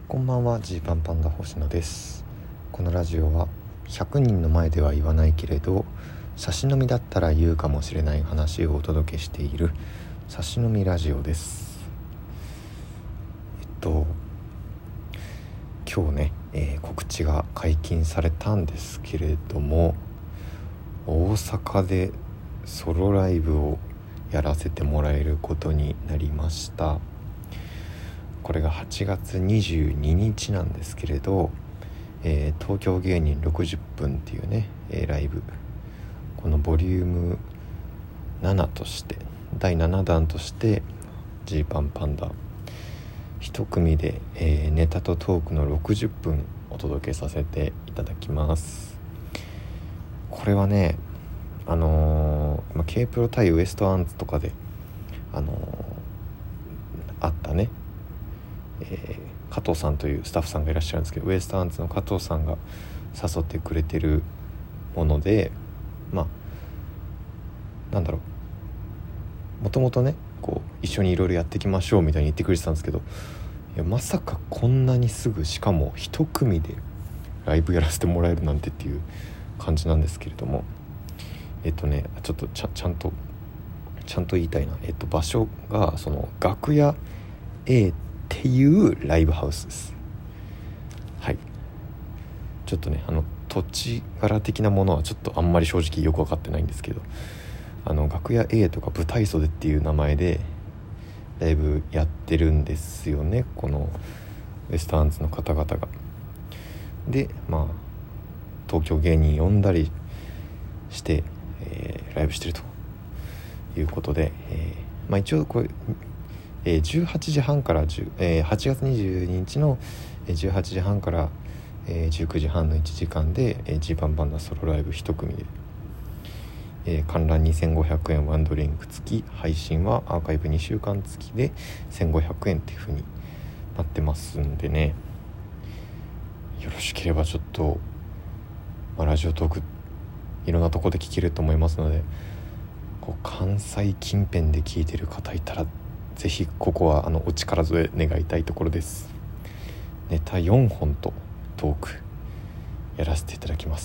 こんばんは、ジーパンパンダ星野です。このラジオは100人の前では言わないけれど差し飲みだったら言うかもしれない話をお届けしている差し飲みラジオです。今日ね、告知が解禁されたんですけれども、大阪でソロライブをやらせてもらえることになりました。これが8月22日なんですけれど、東京芸人60分っていうね、ライブ、このボリューム7として第7弾としてジーパンパンダ一組で、ネタとトークの60分お届けさせていただきます。これはね、K プロ対ウエストアンツとかであったね、加藤さんというスタッフさんがいらっしゃるんですけど、ウエストアンツの加藤さんが誘ってくれてるもので、もともとねこう一緒にいろいろやっていきましょうみたいに言ってくれてたんですけど、いやまさかこんなにすぐ、しかも一組でライブやらせてもらえるなんてっていう感じなんですけれども、ちょっとちゃんと言いたいな。場所がその楽屋 A っていうライブハウスです。はい。ちょっとね土地柄的なものはちょっとあんまり正直よく分かってないんですけど、楽屋 A とか舞台袖っていう名前でライブやってるんですよね、このウエストアンツの方々が。で東京芸人呼んだりして、ライブしてるということで、一応これ18時半から8月22日の18時半から19時半の1時間でジーパンパンダソロライブ1組で、観覧2500円ワンドリンク付き、配信はアーカイブ2週間付きで1500円っていう風になってますんでね、よろしければちょっと、ラジオトークいろんなとこで聞けると思いますので、関西近辺で聞いてる方いたらぜひここはお力添え願いたいところです。ネタ4本とトークやらせていただきます。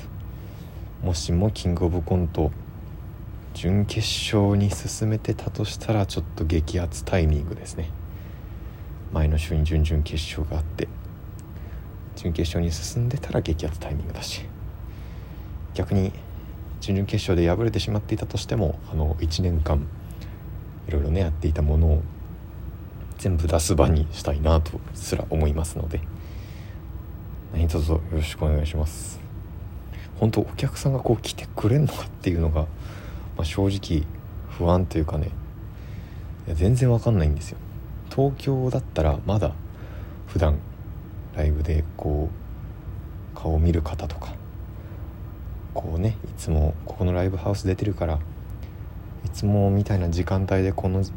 もしもキングオブコント準決勝に進めてたとしたら、ちょっと激アツタイミングですね。前の週に準々決勝があって、準決勝に進んでたら激アツタイミングだし、逆に準々決勝で敗れてしまっていたとしても1年間いろいろねやっていたものを全部出す場にしたいなとすら思いますので、何卒よろしくお願いします。本当お客さんが来てくれんのかっていうのが、正直不安というかね、全然わかんないんですよ。東京だったらまだ普段ライブで顔を見る方とか、いつもここのライブハウス出てるからいつもみたいな時間帯でこの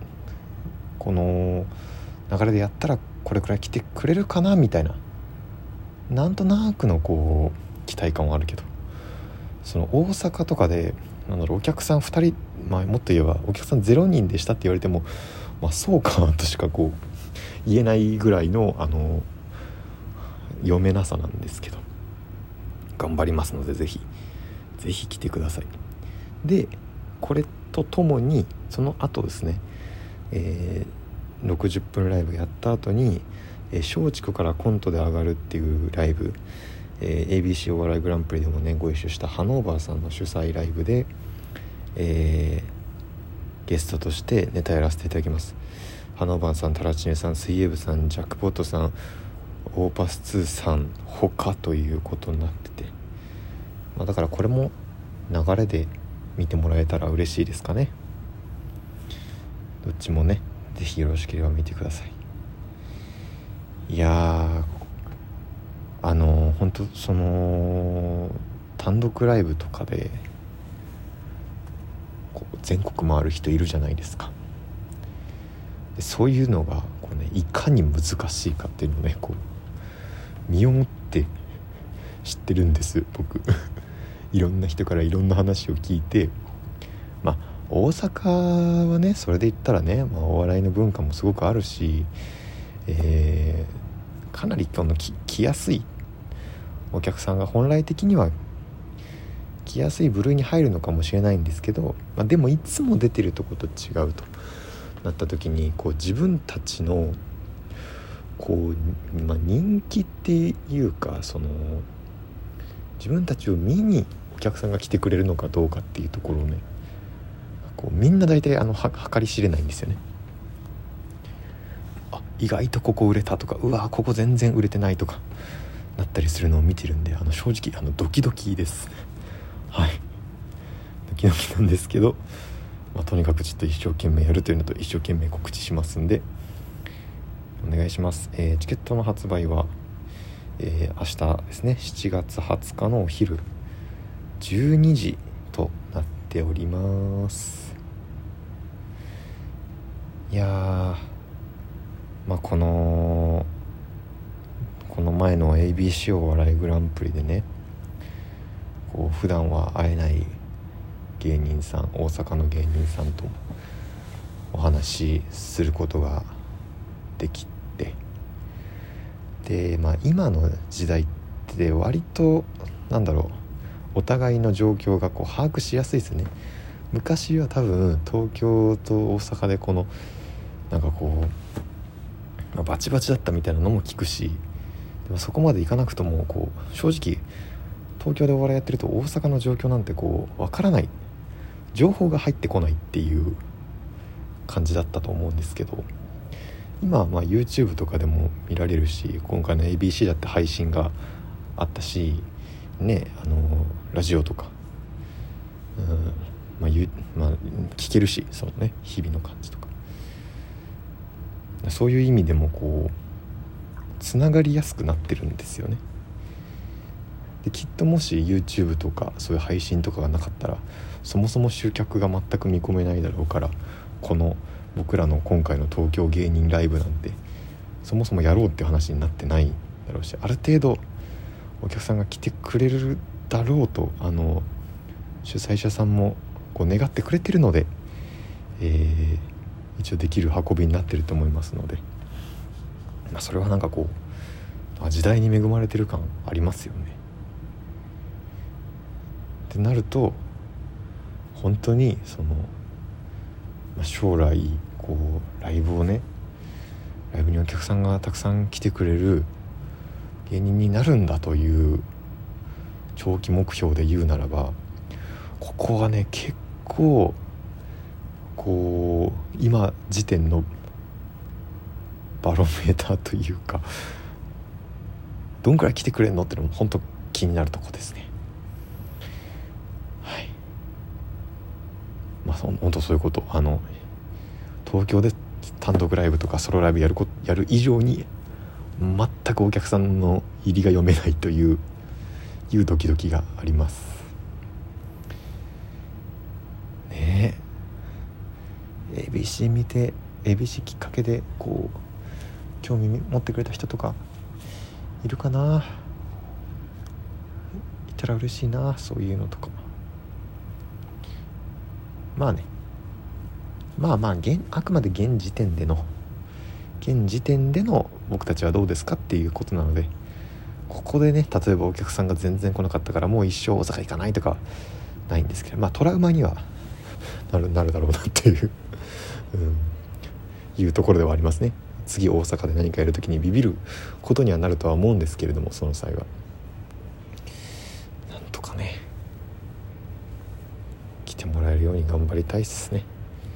流れでやったらこれくらい来てくれるかなみたいな、なんとなくの期待感はあるけど、その大阪とかでお客さん2人、もっと言えばお客さん0人でしたって言われても、そうかとしか言えないぐらいの読めなさなんですけど、頑張りますのでぜひ来てください。でこれとともにその後ですね、60分ライブやった後に松竹からコントで上がるっていうライブ、ABC お笑いグランプリでもねご一緒したハノーバーさんの主催ライブで、ゲストとしてネタやらせていただきます。ハノーバーさん、タラチネさん、水泳部さん、ジャックポットさん、オーパス2さん他ということになってて、だからこれも流れで見てもらえたら嬉しいですかね。どっちもねぜひよろしければ見てください。いやー本当その単独ライブとかで全国回る人いるじゃないですか。でそういうのがいかに難しいかっていうのをね身をもって知ってるんです僕いろんな人からいろんな話を聞いて、大阪はねそれで言ったらね、お笑いの文化もすごくあるし、 かなり来やすいお客さんが本来的には来やすい部類に入るのかもしれないんですけど、でもいつも出てるとこと違うとなった時に自分たちの人気っていうか自分たちを見にお客さんが来てくれるのかどうかっていうところをねみんな大体計り知れないんですよね。意外とここ売れたとか、うわここ全然売れてないとかなったりするのを見てるんで、正直ドキドキですね。はい、ドキドキなんですけど、とにかくちょっと一生懸命やるというのと一生懸命告知しますんでお願いします。チケットの発売は、明日ですね、7月20日のお昼12時となっております。いやこの前の ABC お笑いグランプリでね、普段は会えない芸人さん、大阪の芸人さんとお話しすることができて、で、今の時代って割とお互いの状況が把握しやすいですね。昔は多分東京と大阪でバチバチだったみたいなのも聞くし、でもそこまでいかなくとも正直東京でお笑いやってると大阪の状況なんてわからない、情報が入ってこないっていう感じだったと思うんですけど、今はYouTube とかでも見られるし、今回の ABC だって配信があったしね、ラジオとか聞けるし、日々の感じとか、そういう意味でもつながりやすくなってるんですよね。できっともし YouTube とかそういう配信とかがなかったらそもそも集客が全く見込めないだろうから、この僕らの今回の東京芸人ライブなんてそもそもやろうって話になってないだろうし、ある程度お客さんが来てくれるだろうと主催者さんも願ってくれてるので、一応できる運びになってると思いますので、それは時代に恵まれてる感ありますよね。ってなると本当に将来ライブにお客さんがたくさん来てくれる芸人になるんだという長期目標で言うならば、ここがね結構今時点のバロメーターというか、どんくらい来てくれるのってのも本当気になるとこですね。はい、本当そういうこと、東京で単独ライブとかソロライブやる以上に全くお客さんの入りが読めないというドキドキがありますね。ABC 見て ABC きっかけで興味持ってくれた人とかいるかな、いたら嬉しいな、そういうのとか。あくまで現時点での僕たちはどうですかっていうことなので、ここでね例えばお客さんが全然来なかったからもう一生大阪行かないとかないんですけど、トラウマにはなるだろうなっていういうところではありますね。次大阪で何かやるときにビビることにはなるとは思うんですけれども、その際はなんとかね来てもらえるように頑張りたいですね。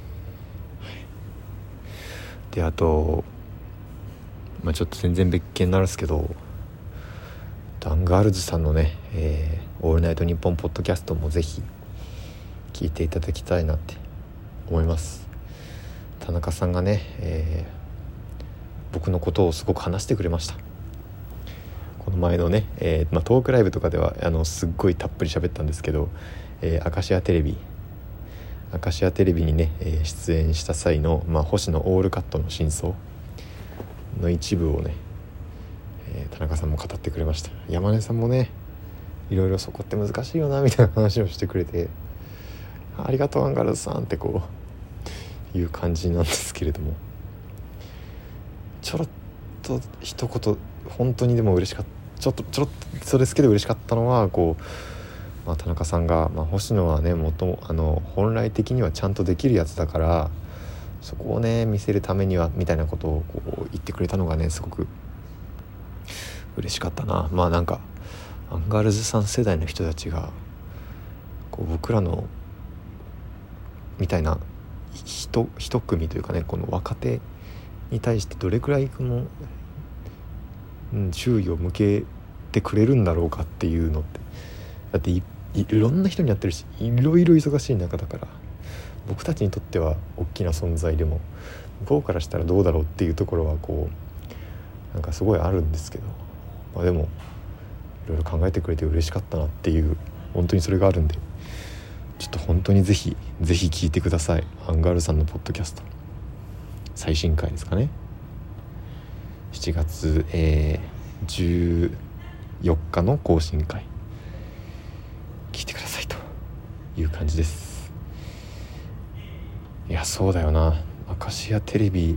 であとちょっと全然別件になるんですけど、アンガールズさんのね、オールナイトニッポンポッドキャストもぜひ聞いていただきたいなって思います。田中さんがね、僕のことをすごく話してくれました。この前のね、トークライブとかではすっごいたっぷり喋ったんですけど、アカシアテレビにね、出演した際の、星野オールカットの真相の一部をね、田中さんも語ってくれました。山根さんもねいろいろそこって難しいよなみたいな話をしてくれて、ありがとうアンガールズさんっていう感じなんですけれども、ちょろっと一言本当にでも嬉しかった。ちょっとそれだけで嬉しかったのはこう、田中さんが、星野はね本来的にはちゃんとできるやつだからそこをね見せるためにはみたいなことをこう言ってくれたのがねすごく嬉しかったな。なんかアンガールズさん世代の人たちがこう僕らのみたいな一組というかね、この若手に対してどれくらいこの、注意を向けてくれるんだろうかっていうのって、だっていろんな人にやってるしいろいろ忙しい中だから、僕たちにとっては大きな存在でも向こうからしたらどうだろうっていうところはこうなんかすごいあるんですけど、でもいろいろ考えてくれて嬉しかったなっていう、本当にそれがあるんで、ちょっと本当にぜひ聞いてください。アンガールズさんのポッドキャスト最新回ですかね、7月、14日の更新回聞いてくださいという感じです。いやそうだよな、明石家テレビ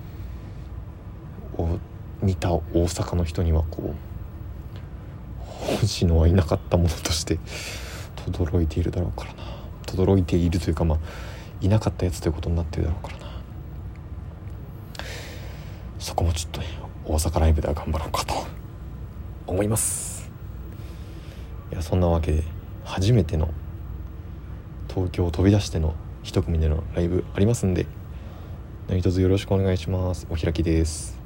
を見た大阪の人にはこう星野はいなかったものとして轟いているだろうからな。轟いているというかいなかったやつということになってるだろうからな。そこもちょっとね大阪ライブでは頑張ろうかと思います。いやそんなわけで初めての東京を飛び出しての一組でのライブありますんで、何卒よろしくお願いします。お開きです。